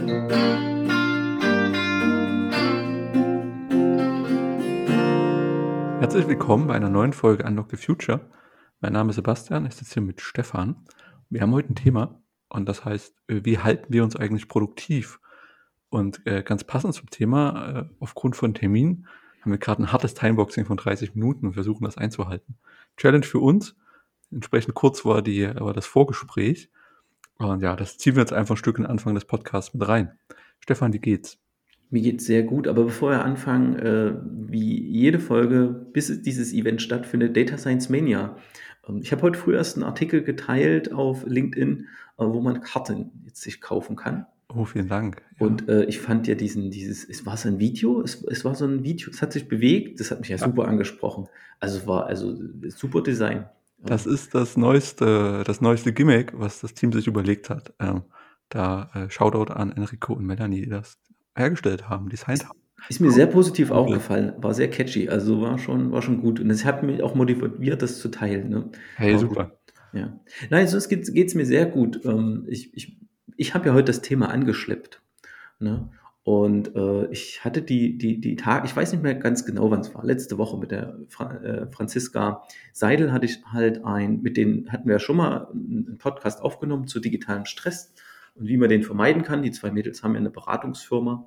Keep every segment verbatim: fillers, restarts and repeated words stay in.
Herzlich willkommen bei einer neuen Folge Unlock the Future. Mein Name ist Sebastian, ich sitze hier mit Stefan. Wir haben heute ein Thema und das heißt, äh, wie halten wir uns eigentlich produktiv? Und äh, ganz passend zum Thema, äh, aufgrund von Terminen, haben wir gerade ein hartes Timeboxing von dreißig Minuten und versuchen das einzuhalten. Challenge für uns, entsprechend kurz war, die, war das Vorgespräch. Und ja, das ziehen wir jetzt einfach ein Stück in den Anfang des Podcasts mit rein. Stefan, wie geht's? Mir geht's sehr gut, aber bevor wir anfangen, äh, wie jede Folge, bis es- dieses Event stattfindet, Data Science Mania. Ähm, ich habe heute früh erst einen Artikel geteilt auf LinkedIn, äh, wo man Karten jetzt sich kaufen kann. Oh, vielen Dank. Ja, Und äh, ich fand ja diesen, dieses, es war so ein Video, es, es war so ein Video, es hat sich bewegt, das hat mich ja ja. super angesprochen. Also es war also super Design. Das Ähm, ist das neueste das neueste Gimmick, was das Team sich überlegt hat. Ähm, da, äh, Shoutout an Enrico und Melanie, die das hergestellt haben, designt Ist, haben. ist mir sehr positiv Simpel. aufgefallen, war sehr catchy, also war schon, war schon gut. Und es hat mich auch motiviert, das zu teilen. Ne? Hey, Aber gut, super. ja. Nein, sonst geht's, geht's mir sehr gut. Ähm, ich ich, ich habe ja heute das Thema angeschleppt. Ne? Und äh, ich hatte die, die, die Tage, ich weiß nicht mehr ganz genau, wann es war, letzte Woche mit der Fra äh, Franziska Seidel hatte ich halt ein, mit denen hatten wir ja schon mal einen Podcast aufgenommen zu digitalem Stress und wie man den vermeiden kann. Die zwei Mädels haben ja eine Beratungsfirma.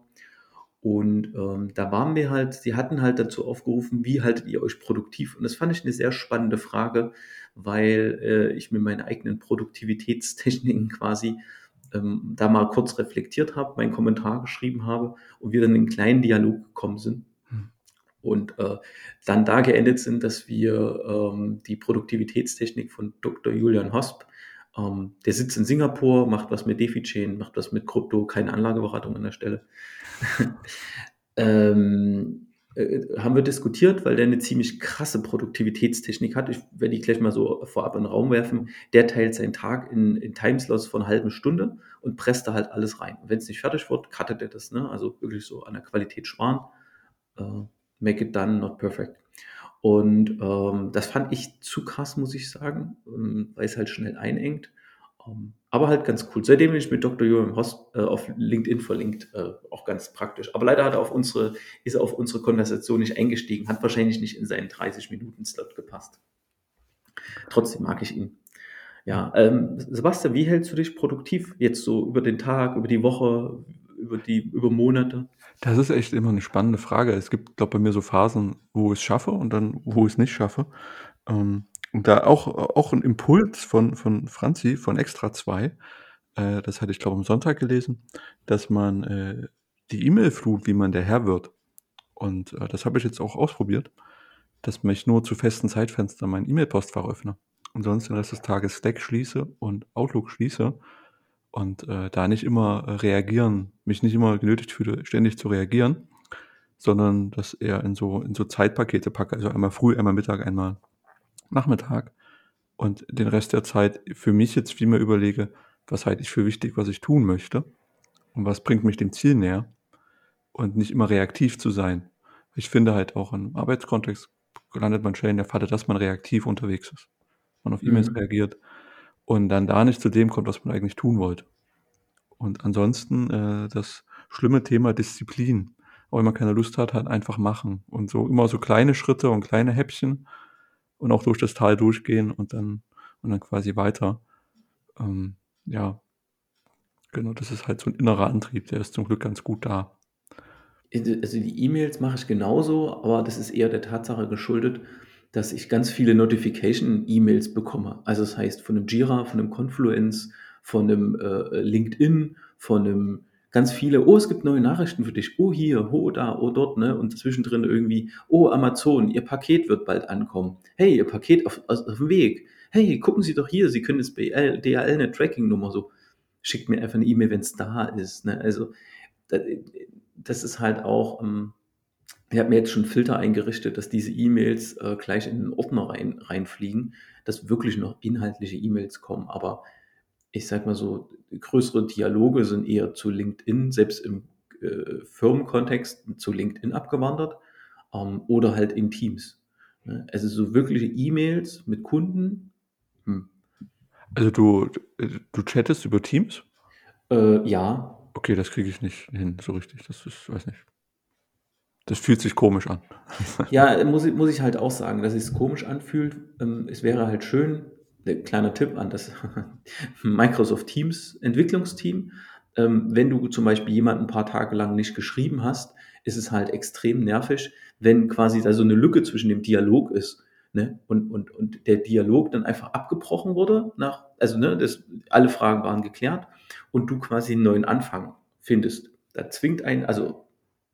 Und ähm, da waren wir halt, sie hatten halt dazu aufgerufen, wie haltet ihr euch produktiv? Und das fand ich eine sehr spannende Frage, weil äh, ich mit meinen eigenen Produktivitätstechniken quasi ähm, da mal kurz reflektiert habe, meinen Kommentar geschrieben habe und wir dann in einen kleinen Dialog gekommen sind Hm. und äh, dann da geendet sind, dass wir ähm, die Produktivitätstechnik von Doktor Julian Hosp, ähm, der sitzt in Singapur, macht was mit DeFi-Chain, macht was mit Krypto, keine Anlageberatung an der Stelle, ähm, äh, haben wir diskutiert, weil der eine ziemlich krasse Produktivitätstechnik hat. Ich werde die gleich mal so vorab in den Raum werfen. Der teilt seinen Tag in, in Timeslots von einer halben Stunde und presst da halt alles rein. Und wenn es nicht fertig wird, cuttet er das. Ne? Also wirklich so an der Qualität sparen. Äh, make it done, not perfect. Und ähm, das fand ich zu krass, muss ich sagen, ähm, weil es halt schnell einengt. Ähm, aber halt ganz cool. Seitdem bin ich mit Doktor Joachim Host äh, auf LinkedIn verlinkt, äh, auch ganz praktisch. Aber leider hat er auf unsere, ist er auf unsere Konversation nicht eingestiegen, hat wahrscheinlich nicht in seinen dreißig-Minuten-Slot gepasst. Trotzdem mag ich ihn. Ja. Ja, ähm, Sebastian, wie hältst du dich produktiv jetzt so über den Tag, über die Woche, über die, über Monate? Das ist echt immer eine spannende Frage. Es gibt, glaube ich, bei mir so Phasen, wo ich es schaffe und dann, wo ich es nicht schaffe. Ähm, und da auch auch 'n Impuls von von Franzi von Extra zwei, äh, das hatte ich, glaube am Sonntag gelesen, dass man, äh, die E-Mail-Flut, wie man der Herr wird. Und, äh, das habe ich jetzt auch ausprobiert, dass ich nur zu festen Zeitfenstern mein E-Mail-Postfach öffne und sonst den Rest des Tages Slack schließe und Outlook schließe und, äh, da nicht immer, äh, reagieren mich nicht immer genötigt fühle, ständig zu reagieren, sondern das eher in so in so Zeitpakete packe, also einmal früh, einmal Mittag, einmal Nachmittag und den Rest der Zeit für mich jetzt viel mehr überlege: „Was halte ich für wichtig, was ich tun möchte und was bringt mich dem Ziel näher?“ Und nicht immer reaktiv zu sein. Ich finde halt auch im Arbeitskontext landet man schnell in der Falle, dass man reaktiv unterwegs ist. Man auf E-Mails Mhm. reagiert und dann da nicht zu dem kommt, was man eigentlich tun wollte. Und ansonsten, äh, das schlimme Thema Disziplin. Auch wenn man keine Lust hat, halt einfach machen und so immer so kleine Schritte und kleine Häppchen und auch durch das Tal durchgehen und dann und dann quasi weiter. Ähm, ja, genau, das ist halt so 'n innerer Antrieb, der ist zum Glück ganz gut da. Also also die E-Mails mache ich genauso, aber das ist eher der Tatsache geschuldet, dass ich ganz viele Notification-E-Mails bekomme. Also das heißt von einem Jira, von einem Confluence, von einem äh, LinkedIn, von einem ganz viele, oh, es gibt neue Nachrichten für dich, oh hier, oh da, oh dort, ne? Und zwischendrin irgendwie, oh Amazon, Ihr Paket wird bald ankommen. Hey, Ihr Paket auf, auf, auf dem Weg. Hey, gucken Sie doch hier, Sie können das B L, D H L eine Tracking-Nummer so. Schickt mir einfach eine E-Mail, wenn es da ist. Ne? Also da, das ist halt auch, ähm, ich habe mir jetzt schon Filter eingerichtet, dass diese E-Mails äh, gleich in den Ordner rein, reinfliegen, dass wirklich noch inhaltliche E-Mails kommen. Aber ich sag mal so, größere Dialoge sind eher zu LinkedIn, selbst im äh, Firmenkontext zu LinkedIn abgewandert ähm, oder halt in Teams. Ne? Also so wirkliche E-Mails mit Kunden, hm. Also, du äh, du chattest über Teams? Äh, ja, Okay, das kriege ich nicht hin so richtig. Das ist weiß nicht. Das fühlt sich komisch an. Ja, muss ich muss ich halt auch sagen, dass sich's komisch anfühlt. Ähm, es wäre halt schön, äh, kleiner Tipp an das Microsoft Teams Entwicklungsteam, ähm, wenn du zum Beispiel jemanden 'n paar Tage lang nicht geschrieben hast, ist es halt extrem nervig, wenn quasi da so 'ne Lücke zwischen dem Dialog ist, ne? Und und und der Dialog dann einfach abgebrochen wurde nach also, ne, das alle Fragen waren geklärt und du quasi 'n neuen Anfang findest. Da zwingt einen also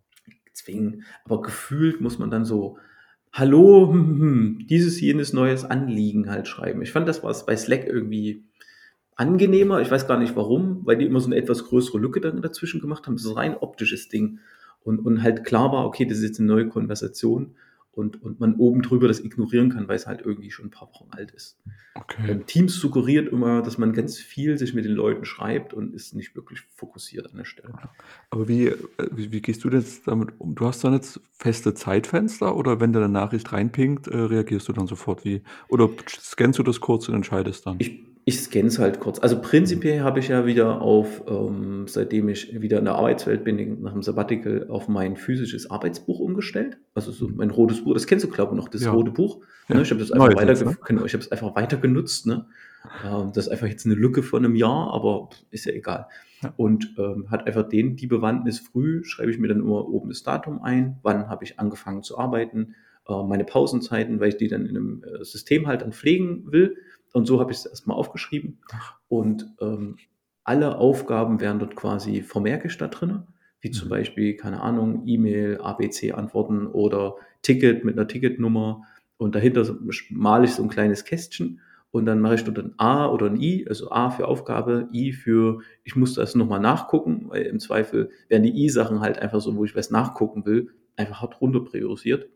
zwingen, aber gefühlt muss man dann so: „Hallo, hm, hm, hm, dieses, jenes neues Anliegen“ halt schreiben. Ich fand das war's bei Slack irgendwie angenehmer. Ich weiß gar nicht warum, weil die immer so 'ne etwas größere Lücke dann dazwischen gemacht haben. Das ist 'n rein optisches Ding und und halt klar war, okay, das ist jetzt 'ne neue Konversation und und man oben drüber das ignorieren kann, weil's halt irgendwie schon 'n paar Wochen alt ist. Okay. Ähm, Teams suggeriert immer, dass man ganz viel sich mit den Leuten schreibt und ist nicht wirklich fokussiert an der Stelle. Ja. Aber wie äh, wie wie gehst du denn jetzt damit um? Du hast dann jetzt feste Zeitfenster oder wenn da 'ne Nachricht reinpinkt, äh, reagierst du dann sofort wie oder scannst du das kurz und entscheidest dann? Ich ich scanne es halt kurz. Also, Mhm. prinzipiell habe ich ja wieder auf, ähm seitdem ich wieder in der Arbeitswelt bin, in nach 'm Sabbatical auf mein physisches Arbeitsbuch umgestellt. Also, so Mhm. mein rotes Buch, das kennst du, glaube ich, noch, das Ja. rote Buch, ne? Ja. Ich habe das einfach Neues weiter jetzt, ne? gef genau, ich habe es einfach weiter genutzt, ne? Ähm, das ist einfach jetzt 'ne Lücke von 'nem Jahr, aber ist ja egal. Ja. Und, ähm, hat einfach den die Bewandtnis früh schreibe ich mir dann immer oben das Datum ein, wann habe ich angefangen zu arbeiten, äh, meine Pausenzeiten, weil ich die dann in 'nem, äh, System halt dann pflegen will. Und so habe ich's erst mal aufgeschrieben. Ach. Und, ähm, alle Aufgaben wären dort quasi vermerke ich da drinnen, wie zum Mhm. Beispiel, keine Ahnung, E-Mail A B C antworten oder Ticket mit 'ner Ticketnummer und dahinter so sch male ich so 'n kleines Kästchen und dann mache ich dort 'n A oder 'n I, also A für Aufgabe, I für ich muss das noch mal nachgucken, weil im Zweifel werden die I-Sachen halt einfach so, wo ich was nachgucken will, einfach hart runter priorisiert.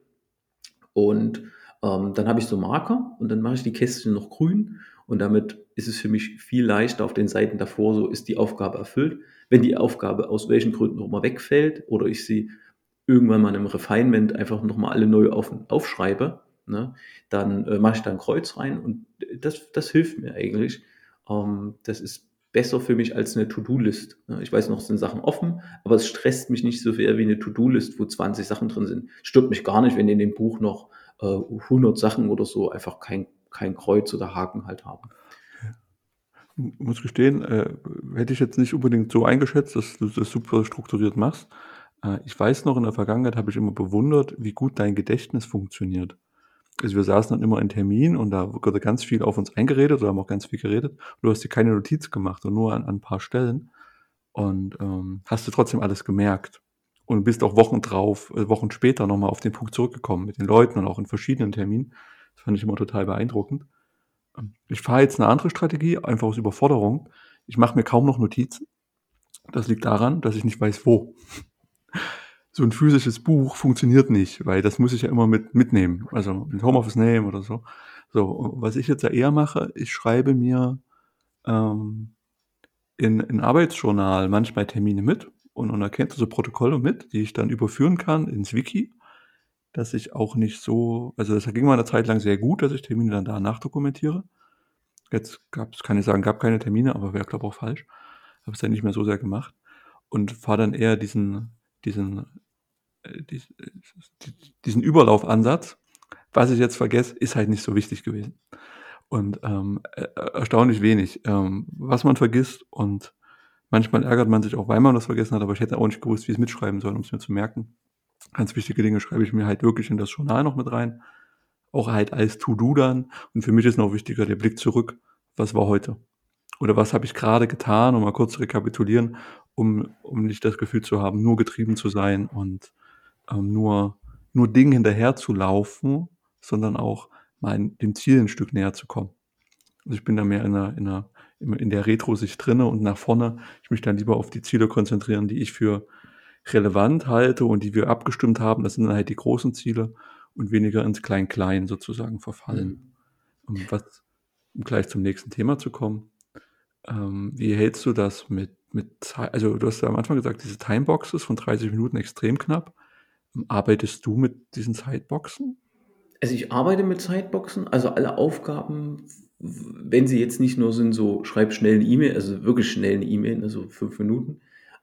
Und, ähm, dann habe ich so Marker und dann mache ich die Kästchen noch grün und damit ist es für mich viel leichter auf den Seiten davor so: Ist die Aufgabe erfüllt? Wenn die Aufgabe aus welchen Gründen auch immer wegfällt oder ich sie irgendwann mal in 'nem Refinement einfach noch mal alle neu auf aufschreibe, ne, dann, äh, mache ich da 'n Kreuz rein und das das hilft mir eigentlich. Ähm, das ist besser für mich als 'ne To-do-List, ne? Ich weiß noch, es sind Sachen offen, aber es stresst mich nicht so sehr wie 'ne To-do-List, wo zwanzig Sachen drin sind. Stört mich gar nicht, wenn in dem Buch noch, äh, hundert Sachen oder so einfach kein kein Kreuz oder Haken halt haben. Ja. M muss gestehen, äh, hätte ich jetzt nicht unbedingt so eingeschätzt, dass du das super strukturiert machst. Äh, ich weiß noch, in der Vergangenheit habe ich immer bewundert, wie gut dein Gedächtnis funktioniert. Also, wir saßen dann immer in Terminen und da wurde ganz viel auf uns eingeredet oder haben auch ganz viel geredet. Du hast dir keine Notiz gemacht und nur an an 'n paar Stellen und, ähm, hast dir trotzdem alles gemerkt und bist auch Wochen drauf äh, Wochen später noch mal auf den Punkt zurückgekommen mit den Leuten und auch in verschiedenen Terminen. Das fand ich immer total beeindruckend. Ähm, ich fahre jetzt 'ne andere Strategie, einfach aus Überforderung. Ich mache mir kaum noch Notizen. Das liegt daran, dass ich nicht weiß, wo. So 'n physisches Buch funktioniert nicht, weil das muss ich ja immer mit mitnehmen, also mit Homeoffice nehmen oder so. So, und was ich jetzt ja eher mache, ich schreibe mir, ähm, in in Arbeitsjournal manchmal Termine mit und und da kennst du so Protokolle mit, die ich dann überführen kann ins Wiki, dass ich auch nicht so also, das ging mal 'ne Zeit lang sehr gut, dass ich Termine dann da nachdokumentiere. Jetzt gab's kann ich sagen, gab keine Termine, aber wäre, glaube auch falsch. Habe es dann nicht mehr so sehr gemacht und fahre dann eher diesen diesen äh, dies äh, d diesen Überlaufansatz. Was ich jetzt vergesse, ist halt nicht so wichtig gewesen und, ähm, e erstaunlich wenig, ähm, was man vergisst und manchmal ärgert man sich auch, weil man das vergessen hat, aber ich hätte auch nicht gewusst, wie ich's mitschreiben soll, um's mir zu merken. Ganz wichtige Dinge schreibe ich mir halt wirklich in das Journal noch mit rein, auch halt als To-do dann und für mich ist noch wichtiger der Blick zurück: „Was war heute?“ Oder „Was habe ich grade getan?“ Um mal kurz zu rekapitulieren, um um nicht das Gefühl zu haben, nur getrieben zu sein und, ähm, nur nur Dingen hinterherzulaufen, sondern auch mal dem Ziel 'n Stück näher zu kommen. Also, ich bin da mehr in 'ner in 'ner in in der Retro-Sicht drinnen und nach vorne. Ich möchte dann lieber auf die Ziele konzentrieren, die ich für relevant halte und die wir abgestimmt haben. Das sind dann halt die großen Ziele und weniger ins Klein-Klein sozusagen verfallen. Mhm. Und was um gleich zum nächsten Thema zu kommen, ähm, wie hältst du das mit mit Zei also, du hast ja am Anfang gesagt, diese Timeboxes von dreißig Minuten extrem knapp. Hm, arbeitest du mit diesen Zeitboxen? Also, ich arbeite mit Zeitboxen, also alle Aufgaben, w wenn sie jetzt nicht nur sind so: „Schreib schnell 'ne E-Mail“, also wirklich schnell 'ne E-Mail, ne, so fünf Minuten.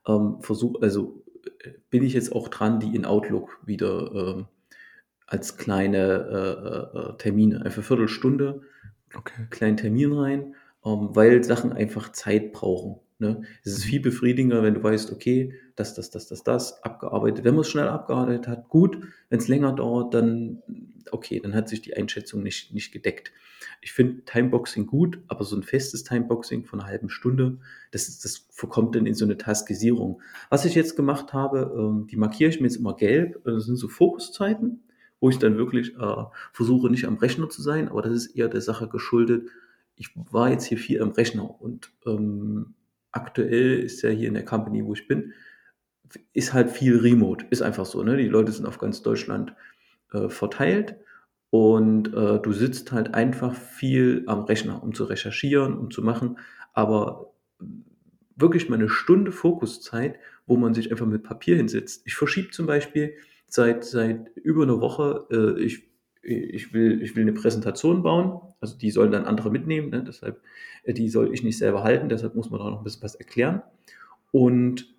ähm, versuche also, äh, bin ich jetzt auch dran, die in Outlook wieder, ähm, als kleine, äh, äh, äh, Termine einfach Viertelstunde, Okay. kleinen Termin rein, ähm, weil Sachen einfach Zeit brauchen, ne? Es ist Mhm. viel befriedigender, wenn du weißt: „Okay, das, das, das, das, das abgearbeitet.“ Wenn man's schnell abgearbeitet hat, gut. Wenn's länger dauert, dann okay, dann hat sich die Einschätzung nicht nicht gedeckt. Ich finde Timeboxing gut, aber so 'n festes Timeboxing von 'ner halben Stunde, das ist das verkommt dann in so 'ne Taskisierung. Was ich jetzt gemacht habe, ähm, die markiere ich mir jetzt immer gelb. Äh, das sind so Fokuszeiten, wo ich dann wirklich, äh, versuche, nicht am Rechner zu sein, aber das ist eher der Sache geschuldet. Ich war jetzt hier viel am Rechner und, ähm, aktuell ist ja hier in der Company, wo ich bin, f ist halt viel remote. Ist einfach so, ne? Die Leute sind auf ganz Deutschland, äh, verteilt und, äh, du sitzt halt einfach viel am Rechner, um zu recherchieren, um zu machen, aber wirklich mal 'ne Stunde Fokuszeit, wo man sich einfach mit Papier hinsetzt. Ich verschiebe zum Beispiel seit seit über 'ner Woche äh, ich i ich will ich will 'ne Präsentation bauen, also, die sollen dann andere mitnehmen, ne? Deshalb äh, die soll ich nicht selber halten, deshalb muss man da noch 'n bisschen was erklären. Und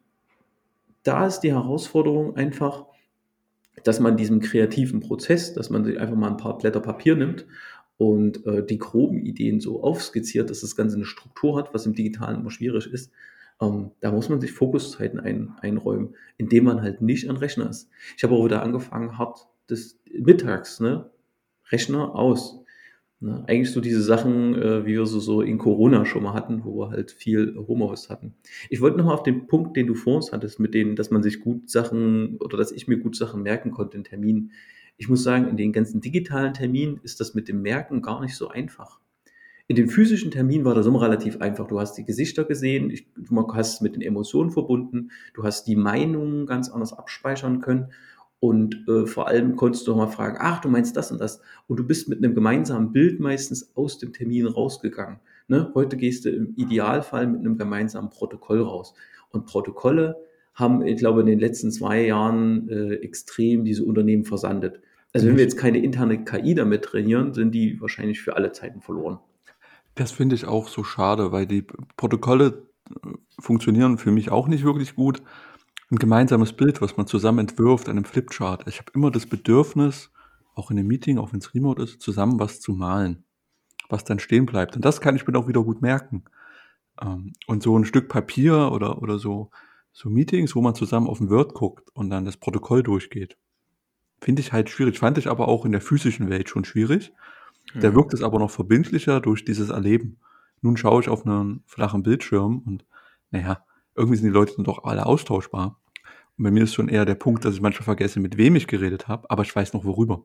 da ist die Herausforderung einfach, dass man diesen kreativen Prozess dass man sich einfach mal 'n paar Blätter Papier nimmt und, äh, die groben Ideen so aufskizziert, dass das Ganze 'ne Struktur hat, was im Digitalen immer schwierig ist. Ähm, da muss man sich Fokuszeiten ein einräumen, indem man halt nicht am Rechner ist. Ich habe auch wieder angefangen, hart des mittags, ne, Rechner aus, ne? Eigentlich so diese Sachen, äh, wie wir sie so in Corona schon mal hatten, wo wir halt viel Homeoffice hatten. Ich wollte noch mal auf den Punkt, den du vor uns hattest, mit denen dass man sich gut Sachen oder dass ich mir gut Sachen merken konnte in Terminen. Ich muss sagen, in den ganzen digitalen Terminen ist das mit dem Merken gar nicht so einfach. In den physischen Terminen war das immer relativ einfach. Du hast die Gesichter gesehen, ich du ma hast es mit den Emotionen verbunden. Du hast die Meinungen ganz anders abspeichern können und, äh, vor allem konntest du auch mal fragen: „Ach, du meinst das und das?“ Und du bist mit 'nem gemeinsamen Bild meistens aus dem Termin rausgegangen, ne? Heute gehst du im Idealfall mit 'nem gemeinsamen Protokoll raus. Und Protokolle haben, ich glaube, in den letzten zwei Jahren, äh, extrem diese Unternehmen versandet. Also, wenn wir Nicht? jetzt keine interne K I damit trainieren, sind die wahrscheinlich für alle Zeiten verloren. Das finde ich auch so schade, weil die P Protokolle, äh, funktionieren für mich auch nicht wirklich gut. 'N gemeinsames Bild, was man zusammen entwirft an 'nem Flipchart. Ich habe immer das Bedürfnis, auch in 'nem Meeting, auch wenn's remote ist, zusammen was zu malen, was dann stehen bleibt. Und das kann ich mir dann auch wieder gut merken. Ähm, und so 'n Stück Papier oder oder so so Meetings, wo man zusammen auf 'n Word guckt und dann das Protokoll durchgeht, finde ich halt schwierig. Fand ich aber auch in der physischen Welt schon schwierig. Da wirkt Mhm. es aber noch verbindlicher durch dieses Erleben. Nun schaue ich auf 'nen flachen Bildschirm und, na ja, irgendwie sind die Leute dann doch alle austauschbar. Und bei mir ist schon eher der Punkt, dass ich manchmal vergesse, mit wem ich geredet habe, aber ich weiß noch worüber.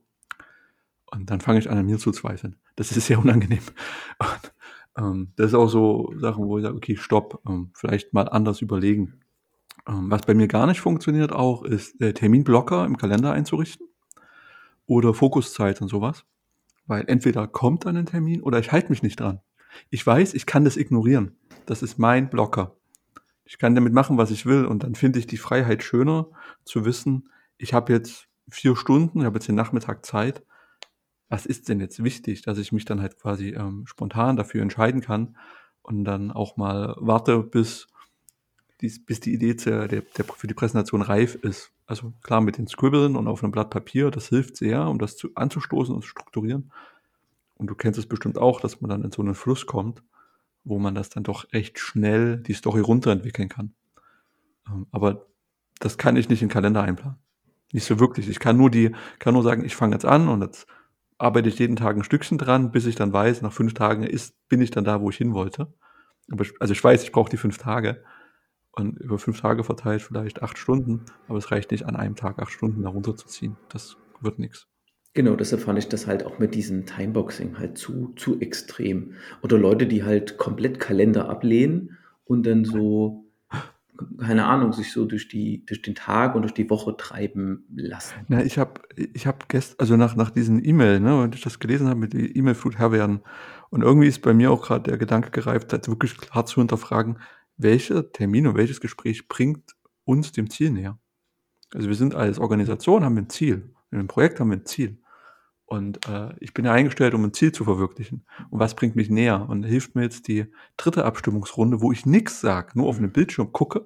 Und dann fange ich an, an mir zu zweifeln. Das ist sehr unangenehm. Und, ähm, das ist auch so Sachen, wo ich sage: „Okay, Stopp, ähm, vielleicht mal anders überlegen.“ Ähm, was bei mir gar nicht funktioniert auch, ist, äh, Terminblocker im Kalender einzurichten oder Fokuszeit und so was. Weil entweder kommt dann 'n Termin oder ich halte mich nicht dran. Ich weiß, ich kann das ignorieren. Das ist mein Blocker. Ich kann damit machen, was ich will, und dann finde ich die Freiheit schöner zu wissen: „Ich habe jetzt vier Stunden, ich habe jetzt den Nachmittag Zeit. Was ist denn jetzt wichtig?“ Dass ich mich dann halt quasi, ähm, spontan dafür entscheiden kann und dann auch mal warte, bis dies bis die Idee zur der der für die Präsentation reif ist. Also, klar, mit den Scribbeln und auf 'nem Blatt Papier, das hilft sehr, um das zu anzustoßen und zu strukturieren. Und du kennst es bestimmt auch, dass man dann in so 'nen Fluss kommt, wo man das dann doch recht schnell die Story runterentwickeln kann. Ähm, aber das kann ich nicht in Kalender einplanen. Nicht so wirklich. Ich kann nur die kann nur sagen: „Ich fange jetzt an und jetzt arbeite ich jeden Tag 'n Stückchen dran, bis ich dann weiß, nach fünf Tagen ist bin ich dann da, wo ich hin wollte.“ Aber ich also, ich weiß, ich brauche die fünf Tage und über fünf Tage verteilt vielleicht acht Stunden, aber es reicht nicht, an einem Tag acht Stunden da runterzuziehen. Das wird nix. Genau, deshalb fand ich das halt auch mit diesem Timeboxing halt zu zu extrem. Oder Leute, die halt komplett Kalender ablehnen und dann so, k keine Ahnung, sich so durch die durch den Tag und durch die Woche treiben lassen. Na, ich habe ich habe gest also, nach nach diesen E-Mail, ne, und ich das gelesen habe mit die E-Mail-Flut Herr werden. Und irgendwie ist bei mir auch grad der Gedanke gereift, halt wirklich klar zu hinterfragen: „Welcher Termin und welches Gespräch bringt uns dem Ziel näher?“ Also, wir sind als Organisation haben wir 'n Ziel. In 'nem Projekt haben wir 'n Ziel. Und, äh, ich bin ja eingestellt, um 'n Ziel zu verwirklichen. Und was bringt mich näher? Und hilft mir jetzt die dritte Abstimmungsrunde, wo ich nix sage, nur auf 'nen Bildschirm gucke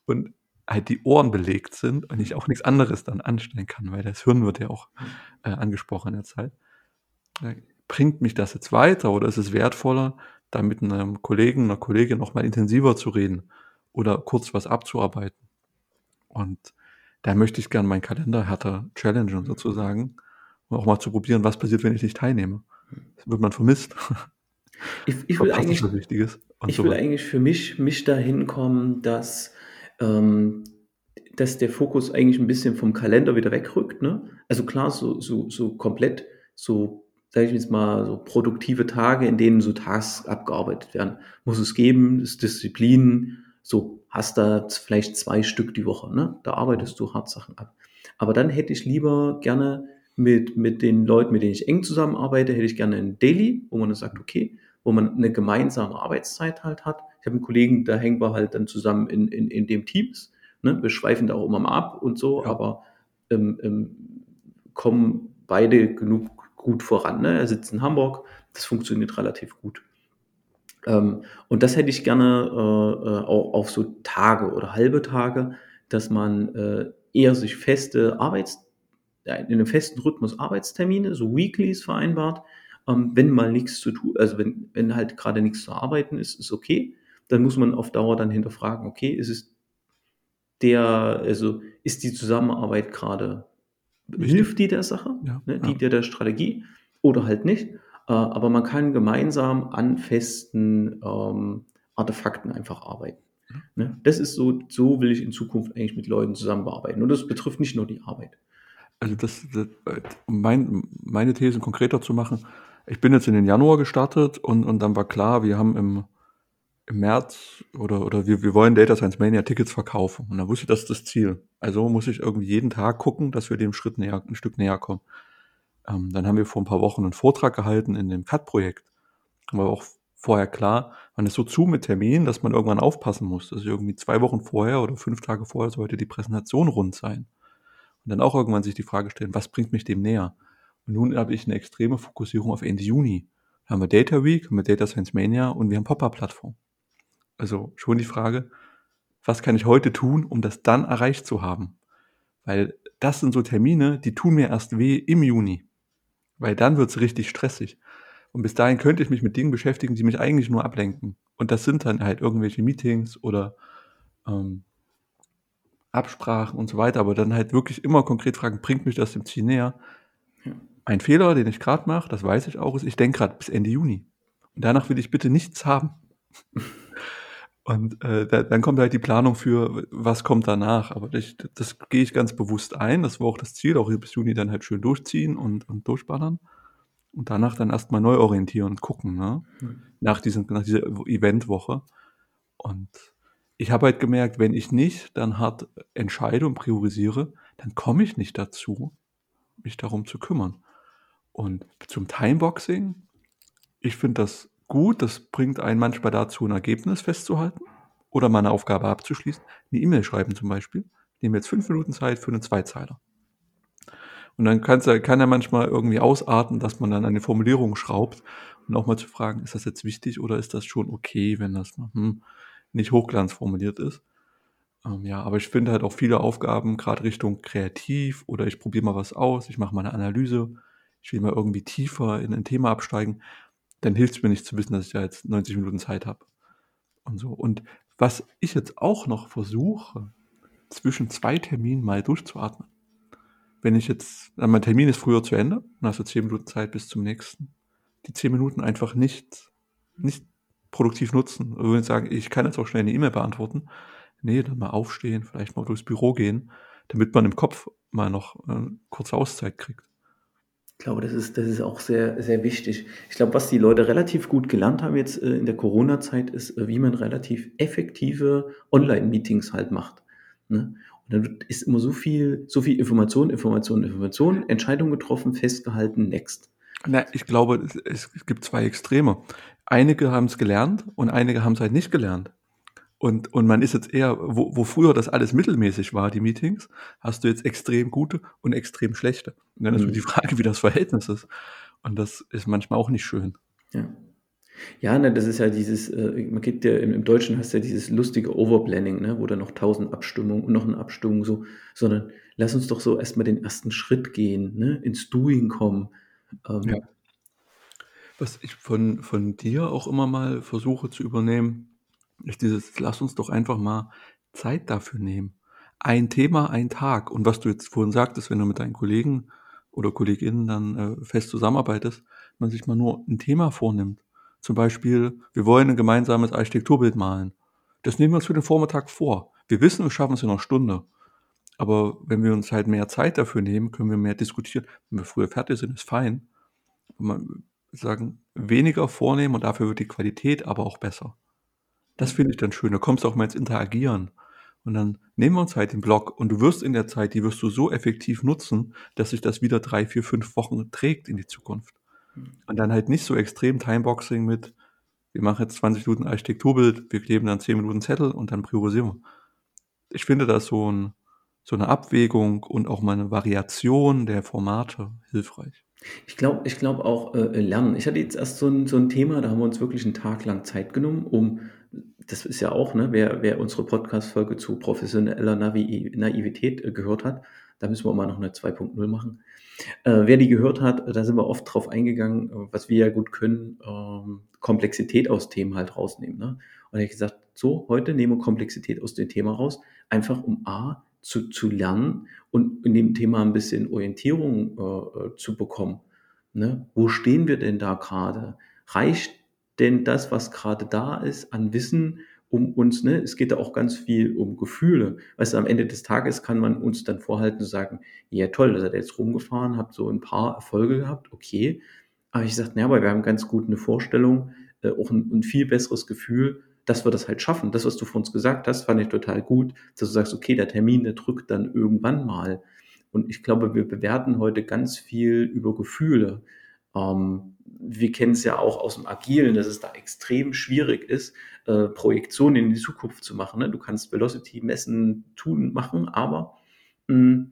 und halt die Ohren belegt sind und ich auch nichts anderes dann anstellen kann, weil das Hirn wird ja auch, Mhm. äh, angesprochen in der Zeit. Äh, bringt mich das jetzt weiter oder ist es wertvoller, da mit 'nem Kollegen, 'ner Kollegin noch mal intensiver zu reden oder kurz was abzuarbeiten? Und da möchte ich gern meinen Kalender härter challengen sozusagen, um auch mal zu probieren, was passiert, wenn ich nicht teilnehme? Wird man vermisst? Ich ich will Verpasse ich was eigentlich Wichtiges und ich so will weiter. eigentlich für mich mich dahin kommen, dass, ähm dass der Fokus eigentlich 'n bisschen vom Kalender wieder wegrückt, ne? Also klar, so so so komplett so, sage ich jetzt mal, so produktive Tage, in denen so Tasks abgearbeitet werden, muss Mhm. es geben, ist Disziplin. So, hast da z vielleicht zwei Stück die Woche, ne? Da Mhm. arbeitest du hart Sachen ab. Aber dann hätte ich lieber gerne mit mit den Leuten, mit denen ich eng zusammenarbeite, hätte ich gerne 'n Daily, wo man dann sagt, Mhm. okay, wo man 'ne gemeinsame Arbeitszeit halt hat. Ich habe 'n Kollegen, da hängen wir halt dann zusammen in in in den Teams, ne? Wir schweifen da auch immer mal ab und so, Ja. aber, ähm, ähm, kommen beide genug gut voran, ne? Er sitzt in Hamburg, das funktioniert relativ gut. Ähm, und das hätte ich gerne, äh, äh, au auf so Tage oder halbe Tage, dass man, äh, eher sich feste Arbeits äh, in 'nem festen Rhythmus Arbeitstermine, so Weeklies vereinbart. Ähm, wenn mal nix zu tu also wenn wenn halt grade nix zu arbeiten ist, ist okay. Dann muss man auf Dauer dann hinterfragen: „Okay, ist es der also, ist die Zusammenarbeit grade Wichtig? hilft die der Sache, Ja, ne, ja. dient der der Strategie oder halt nicht?“ Äh, aber man kann gemeinsam an festen, ähm, Artefakten einfach arbeiten, Ja. ne? Das ist so so will ich in Zukunft eigentlich mit Leuten zusammenarbeiten und das betrifft nicht nur die Arbeit. Also das das äh, um mein meine Thesen konkreter zu machen, ich bin jetzt in den Januar gestartet und und dann war klar, wir haben im im März oder oder wir wir wollen Data Science Mania Tickets verkaufen. Und dann wusste ich, das ist das Ziel. Also muss ich irgendwie jeden Tag gucken, dass wir dem Schritt näher 'n Stück näher kommen. Ähm, dann haben wir vor 'n paar Wochen 'nen Vortrag gehalten in dem CAD-Projekt. War auch v vorher klar, man ist so zu mit Terminen, dass man irgendwann aufpassen muss. Also irgendwie zwei Wochen vorher oder fünf Tage vorher sollte die Präsentation rund sein. Und dann auch irgendwann sich die Frage stellen: „Was bringt mich dem näher?“ Und nun habe ich 'ne extreme Fokussierung auf Ende Juni. Haben wir Data Week, haben wir Data Science Mania und wir haben Pop-up-Plattform. Also schon die Frage: „Was kann ich heute tun, um das dann erreicht zu haben?“ Weil das sind so Termine, die tun mir erst weh im Juni, weil dann wird's richtig stressig. Und bis dahin könnte ich mich mit Dingen beschäftigen, die mich eigentlich nur ablenken. Und das sind dann halt irgendwelche Meetings oder, ähm Absprachen und so weiter, aber dann halt wirklich immer konkret fragen: „Bringt mich das dem Ziel näher?“ Ja. Ein Fehler, den ich grad mache, das weiß ich auch, ist, ich denke grad bis Ende Juni. Und danach will ich bitte nichts haben. Und, äh, da dann kommt halt die Planung für w was kommt danach. Aber ich d das gehe ich ganz bewusst ein. Das war auch das Ziel, auch hier bis Juni dann halt schön durchziehen und und durchballern. Und danach dann erst mal neu orientieren und gucken, ne? Mhm. Nach diesen nach dieser W Eventwoche. Und ich habe halt gemerkt, wenn ich nicht dann hart entscheide und priorisiere, dann komme ich nicht dazu, mich darum zu kümmern. Und zum Timeboxing, ich finde das gut, das bringt einen manchmal dazu, 'n Ergebnis festzuhalten oder mal 'ne Aufgabe abzuschließen. 'Ne E-Mail schreiben zum Beispiel. Ich nehme jetzt fünf Minuten Zeit für 'nen Zweizeiler. Und dann kann's ja kann ja manchmal irgendwie ausarten, dass man dann an den Formulierungen schraubt und auch mal zu fragen: „Ist das jetzt wichtig oder ist das schon okay, wenn das, hm, nicht hochglanz formuliert ist?“ Ähm, ja, aber ich finde halt auch viele Aufgaben, grad Richtung kreativ oder ich probiere mal was aus, ich mache mal 'ne Analyse, ich will mal irgendwie tiefer in 'n Thema absteigen, dann hilft's mir nicht zu wissen, dass ich da jetzt neunzig Minuten Zeit habe und so. Und was ich jetzt auch noch versuche, zwischen zwei Terminen mal durchzuatmen. Wenn ich jetzt äh, mein Termin ist früher zu Ende, dann hast du zehn Minuten Zeit bis zum nächsten. Die zehn Minuten einfach nicht nicht produktiv nutzen. Oder sagen: „Ich kann jetzt auch schnell 'ne E-Mail beantworten.“ Ne, dann mal aufstehen, vielleicht mal durchs Büro gehen, damit man im Kopf mal noch, äh, kurze Auszeit kriegt. Ich glaube, das ist das ist auch sehr, sehr wichtig. Ich glaube, was die Leute relativ gut gelernt haben jetzt, äh, in der Corona-Zeit, ist, äh, wie man relativ effektive Online-Meetings halt macht, ne? Und dann wird ist immer so viel so viel Information, Information, Information, Entscheidung getroffen, festgehalten, next. Na, ich glaube, es es es gibt zwei Extreme. Einige haben's gelernt und einige haben's halt nicht gelernt. Und und man ist jetzt eher wo wo früher das alles mittelmäßig war, die Meetings, hast du jetzt extrem gute und extrem schlechte. Und dann ist nur die Mhm. Frage, wie das Verhältnis ist. Und das ist manchmal auch nicht schön. Ja. Ja, ne, das ist ja dieses, äh man gibt ja im im Deutschen hast du ja dieses lustige Overplanning, ne, wo dann noch tausend Abstimmungen und noch 'ne Abstimmung so, sondern lass uns doch so erst mal den ersten Schritt gehen, ne, ins Doing kommen. Ja. Ähm, Was ich von von dir auch immer mal versuche zu übernehmen, ist dieses: Lass uns doch einfach mal Zeit dafür nehmen. Ein Thema, ein Tag. Und was du jetzt vorhin sagtest, wenn du mit deinen Kollegen oder KollegInnen dann, äh, fest zusammenarbeitest, man sich mal nur 'n Thema vornimmt. Zum Beispiel: Wir wollen 'n gemeinsames Architekturbild malen. Das nehmen wir uns für den Vormittag vor. Wir wissen, wir schaffen es in 'ner Stunde, aber wenn wir uns halt mehr Zeit dafür nehmen, können wir mehr diskutieren. Wenn wir früher fertig sind, ist fein. Man sagen, weniger vornehmen und dafür wird die Qualität aber auch besser. Das ja. finde ich dann schön. Da kommst du auch mal ins Interagieren. Und dann nehmen wir uns halt den Block und du wirst in der Zeit, die wirst du so effektiv nutzen, dass sich das wieder drei, vier, fünf Wochen trägt in die Zukunft. Mhm. Und dann halt nicht so extrem Timeboxing mit: Wir machen jetzt zwanzig Minuten Architekturbild, wir kleben dann zehn Minuten Zettel und dann priorisieren wir. Ich finde, da ist so 'n so 'ne Abwägung und auch mal 'ne Variation der Formate hilfreich. Ich glaube ich glaube auch, äh, äh, Lernen. Ich hatte jetzt erst so 'n so 'n Thema, da haben wir uns wirklich 'n Tag lang Zeit genommen, um das ist ja auch, ne, wer wer unsere Podcast-Folge zu professioneller Navi Naivität, äh, gehört hat, da müssen wir mal noch 'ne zwei Punkt null machen. Äh, wer die gehört hat, da sind wir oft drauf eingegangen, äh, was wir ja gut können, ähm, Komplexität aus Themen halt rausnehmen, ne? Und da habe ich gesagt: „So, heute nehmen wir Komplexität aus dem Thema raus, einfach um A, zu zu lernen und in dem Thema ein bisschen Orientierung, äh, äh, zu bekommen, ne? Wo stehen wir denn da gerade? Reicht denn das, was gerade da ist an Wissen, um uns, ne, es geht da auch ganz viel um Gefühle. Weißt du, am Ende des Tages kann man uns dann vorhalten und sagen: „Ja toll, da seid ihr jetzt rumgefahren, habt so ein paar Erfolge gehabt, okay.“ Aber ich sage: „Na ja, aber wir haben ganz gut eine Vorstellung, äh, auch ein 'n viel besseres Gefühl, dass wir das halt schaffen.“ Das, was du vor uns gesagt hast, fand ich total gut, dass du sagst: „Okay, der Termin, der drückt dann irgendwann mal.“ Und ich glaube, wir bewerten heute ganz viel über Gefühle. Ähm, wir kennen es ja auch aus dem Agilen, dass es da extrem schwierig ist, äh, Projektionen in die Zukunft zu machen, ne? Du kannst Velocity messen, tun, machen, aber, hm,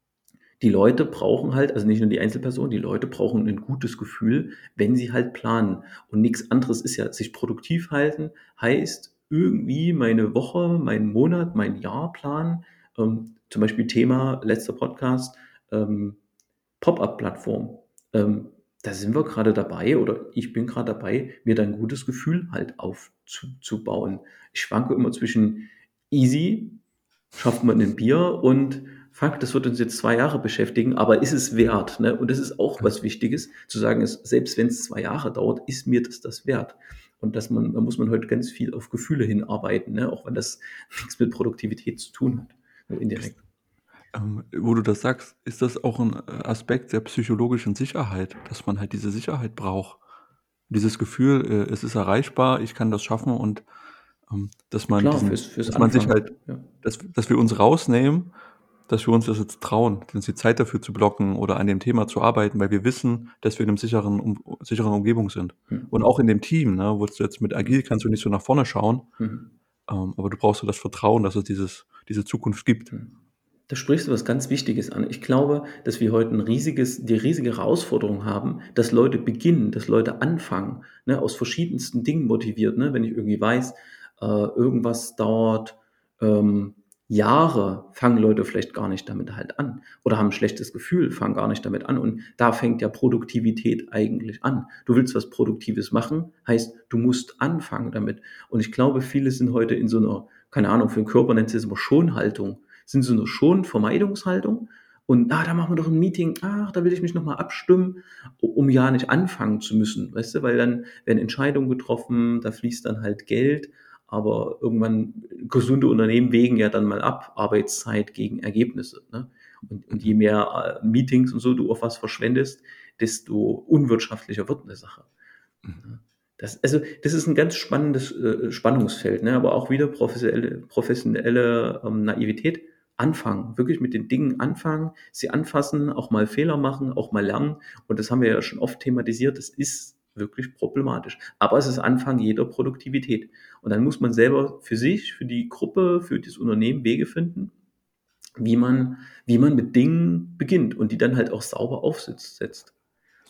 die Leute brauchen halt, also nicht nur die Einzelpersonen, die Leute brauchen ein gutes Gefühl, wenn sie halt planen. Und nichts anderes ist ja sich produktiv halten, heißt irgendwie meine Woche, meinen Monat, mein Jahr planen. Ähm, zum Beispiel Thema letzter Podcast, ähm, Pop-up-Plattform. Ähm, da sind wir gerade dabei oder ich bin gerade dabei, mir da 'n gutes Gefühl halt aufzubauen. Ich schwanke immer zwischen easy, schafft man 'nen Bier und fuck, das wird uns jetzt zwei Jahre beschäftigen, aber ist es wert, ne? Und das ist auch Ja. was Wichtiges, zu sagen, es selbst wenn's zwei Jahre dauert, ist mir das das wert. Und dass man da muss man heute ganz viel auf Gefühle hinarbeiten, ne, auch wenn das nix mit Produktivität zu tun hat, nur Ist indirekt. Ähm, wo du das sagst, ist das auch 'n, äh, Aspekt der psychologischen Sicherheit, dass man halt diese Sicherheit braucht. Dieses Gefühl, äh, es ist erreichbar, ich kann das schaffen und, ähm, dass man Klar, diesen fürs fürs dass man sich Anfangen, halt ja. dass dass wir uns rausnehmen, dass wir uns das jetzt trauen, uns die Zeit dafür zu blocken oder an dem Thema zu arbeiten, weil wir wissen, dass wir in 'nem sicheren um sicheren Umgebung sind. Und Mhm. auch in dem Team, ne, wo du jetzt mit agil kannst du nicht so nach vorne schauen, Mhm. ähm, aber du brauchst so das Vertrauen, dass es dieses diese Zukunft gibt. Mhm. Da sprichst du was ganz Wichtiges an. Ich glaube, dass wir heute 'n riesiges die riesige Herausforderung haben, dass Leute beginnen, dass Leute anfangen, ne, aus verschiedensten Dingen motiviert, ne? Wenn ich irgendwie weiß, äh, irgendwas dauert, ähm, Jahre, fangen Leute vielleicht gar nicht damit halt an oder haben 'n schlechtes Gefühl, fangen gar nicht damit an. Und da fängt ja Produktivität eigentlich an. Du willst was Produktives machen, heißt, du musst anfangen damit. Und ich glaube, viele sind heute in so 'ner, keine Ahnung, für 'n Körper nennt sich das immer Schonhaltung, sind so 'ne Schon-Vermeidungshaltung und: „Ah, da machen wir doch 'n Meeting. Ach, da will ich mich noch mal abstimmen“, u um ja nicht anfangen zu müssen, weißt du? Weil dann werden Entscheidungen getroffen, da fließt dann halt Geld, aber irgendwann gesunde Unternehmen wägen ja dann mal ab, Arbeitszeit gegen Ergebnisse, ne? Und und je Mhm. mehr, äh, Meetings und so du auf was verschwendest, desto unwirtschaftlicher wird 'ne Sache, Mhm. ne? Das also, das ist 'n ganz spannendes, äh, Spannungsfeld, ne, aber auch wieder professionelle professionelle, ähm, Naivität. Anfangen, wirklich mit den Dingen anfangen, sie anfassen, auch mal Fehler machen, auch mal lernen. Und das haben wir ja schon oft thematisiert. Das ist wirklich problematisch. Aber es ist Anfang jeder Produktivität. Und dann muss man selber für sich, für die Gruppe, für das Unternehmen Wege finden, wie man wie man mit Dingen beginnt und die dann halt auch sauber aufsitzt setzt.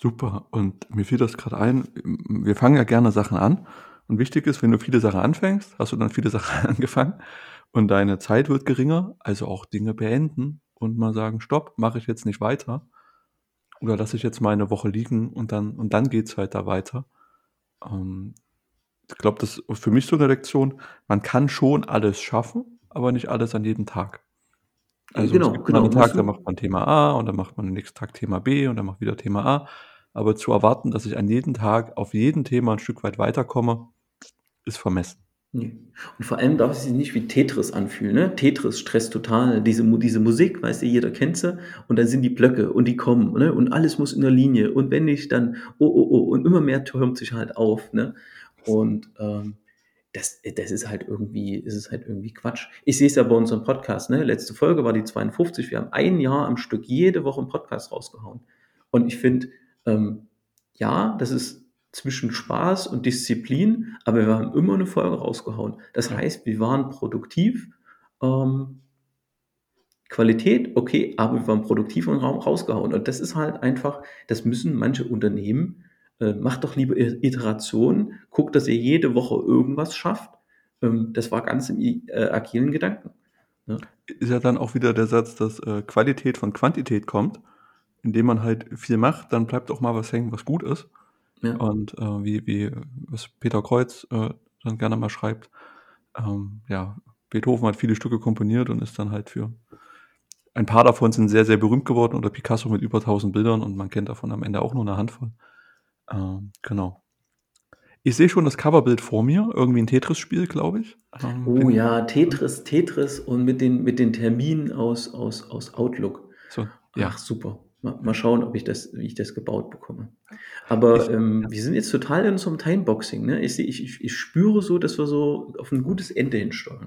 Super. Und mir fiel das gerade ein, m wir fangen ja gerne Sachen an und wichtig ist, wenn du viele Sachen anfängst, hast du dann viele Sachen angefangen und deine Zeit wird geringer, also auch Dinge beenden und mal sagen: „Stopp, mache ich jetzt nicht weiter oder lasse ich jetzt mal eine Woche liegen und dann und dann geht's halt da weiter.“ Ähm, Ich glaube, das ist für mich so 'ne Lektion, man kann schon alles schaffen, aber nicht alles an jedem Tag. Äh, Also, es genau, gibt mal genau, 'nen musst Tag, da macht du man Thema A und dann macht man den nächsten Tag Thema B und dann macht wieder Thema A. Aber zu erwarten, dass ich an jedem Tag auf jedem Thema 'n Stück weit weiterkomme, ist vermessen. ne. Und vor allem darf es sich nicht wie Tetris anfühlen, ne? Tetris stresst total. Diese Mu diese Musik, weißt du, jeder kennt sie und dann sind die Blöcke und die kommen, ne? Und alles muss in der Linie und wenn nicht, dann oh, oh, oh und immer mehr türmt sich halt auf, ne? Und, ähm, das äh, das ist halt irgendwie ist es halt irgendwie Quatsch. Ich sehe es ja bei unserem Podcast, ne? Letzte Folge war die zweiundfünfzig. Wir haben ein Jahr am Stück jede Woche 'n Podcast rausgehauen. Und ich finde, ähm, ja, das ist zwischen Spaß und Disziplin, aber wir haben immer 'ne Folge rausgehauen. Das Ja. heißt, wir waren produktiv, ähm, Qualität, okay, aber wir waren produktiv und Raum rausgehauen. Und das ist halt einfach das müssen manche Unternehmen äh, macht doch lieber I Iteration, guckt, dass ihr jede Woche irgendwas schafft. Ähm, das war ganz im i äh, agilen Gedanken, ne? Ist ja dann auch wieder der Satz, dass, äh, Qualität von Quantität kommt. Indem man halt viel macht, dann bleibt auch mal was hängen, was gut ist. Ja. Und, äh, wie wie was Peter Kreuz, äh, dann gerne mal schreibt, ähm, ja, Beethoven hat viele Stücke komponiert und ist dann halt für ein paar davon sind sehr, sehr berühmt geworden oder Picasso mit über tausend Bildern und man kennt davon am Ende auch nur 'ne Handvoll. Ähm, genau. Ich sehe schon das Coverbild vor mir, irgendwie 'n Tetris-Spiel, glaube ich. Ähm, Oh bin ja, gespannt. Tetris Tetris und mit den mit den Terminen aus aus aus Outlook. So, Ach ja, super. Mal mal ja. schauen, ob ich das wie ich das gebaut bekomme. Ich Aber, ja. ähm, wir sind jetzt total in unserem Timeboxing, ne? Ich sehe ich ich ich spüre so, dass wir so auf 'n gutes Ende hinsteuern.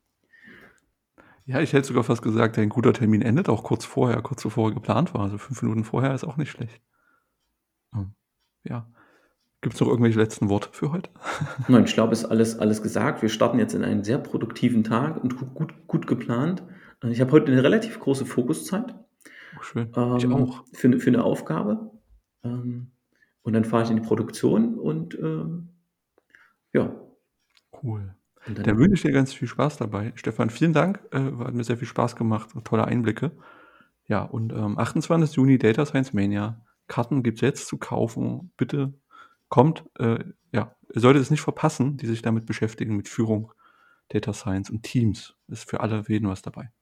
Ja, ich hätte sogar fast gesagt, ein guter Termin endet auch kurz vorher, kurz bevor er geplant war. Also fünf Minuten vorher ist auch nicht schlecht. Ähm, ja. Gibt's noch irgendwelche letzten Worte für heute? Nein, ich glaube, ist alles alles gesagt. Wir starten jetzt in einen sehr produktiven Tag und gu gut gut geplant. Äh, ich habe heute 'ne relativ große Fokuszeit, Oh, schön. Ich auch. ähm, für 'ne für 'ne Aufgabe. Ähm, und dann fahre ich in die Produktion und, ähm, ja, Cool. und Dann dann wünsche ich dir ganz viel Spaß dabei. Stefan, vielen Dank. Äh, hat mir sehr viel Spaß gemacht und tolle Einblicke. Ja, und, ähm, achtundzwanzigsten Juni Data Science Mania. Karten gibt's jetzt zu kaufen. Bitte kommt. Äh, ja, ihr solltet es nicht verpassen, die sich damit beschäftigen mit Führung, Data Science und Teams. Ist für alle jeden was dabei.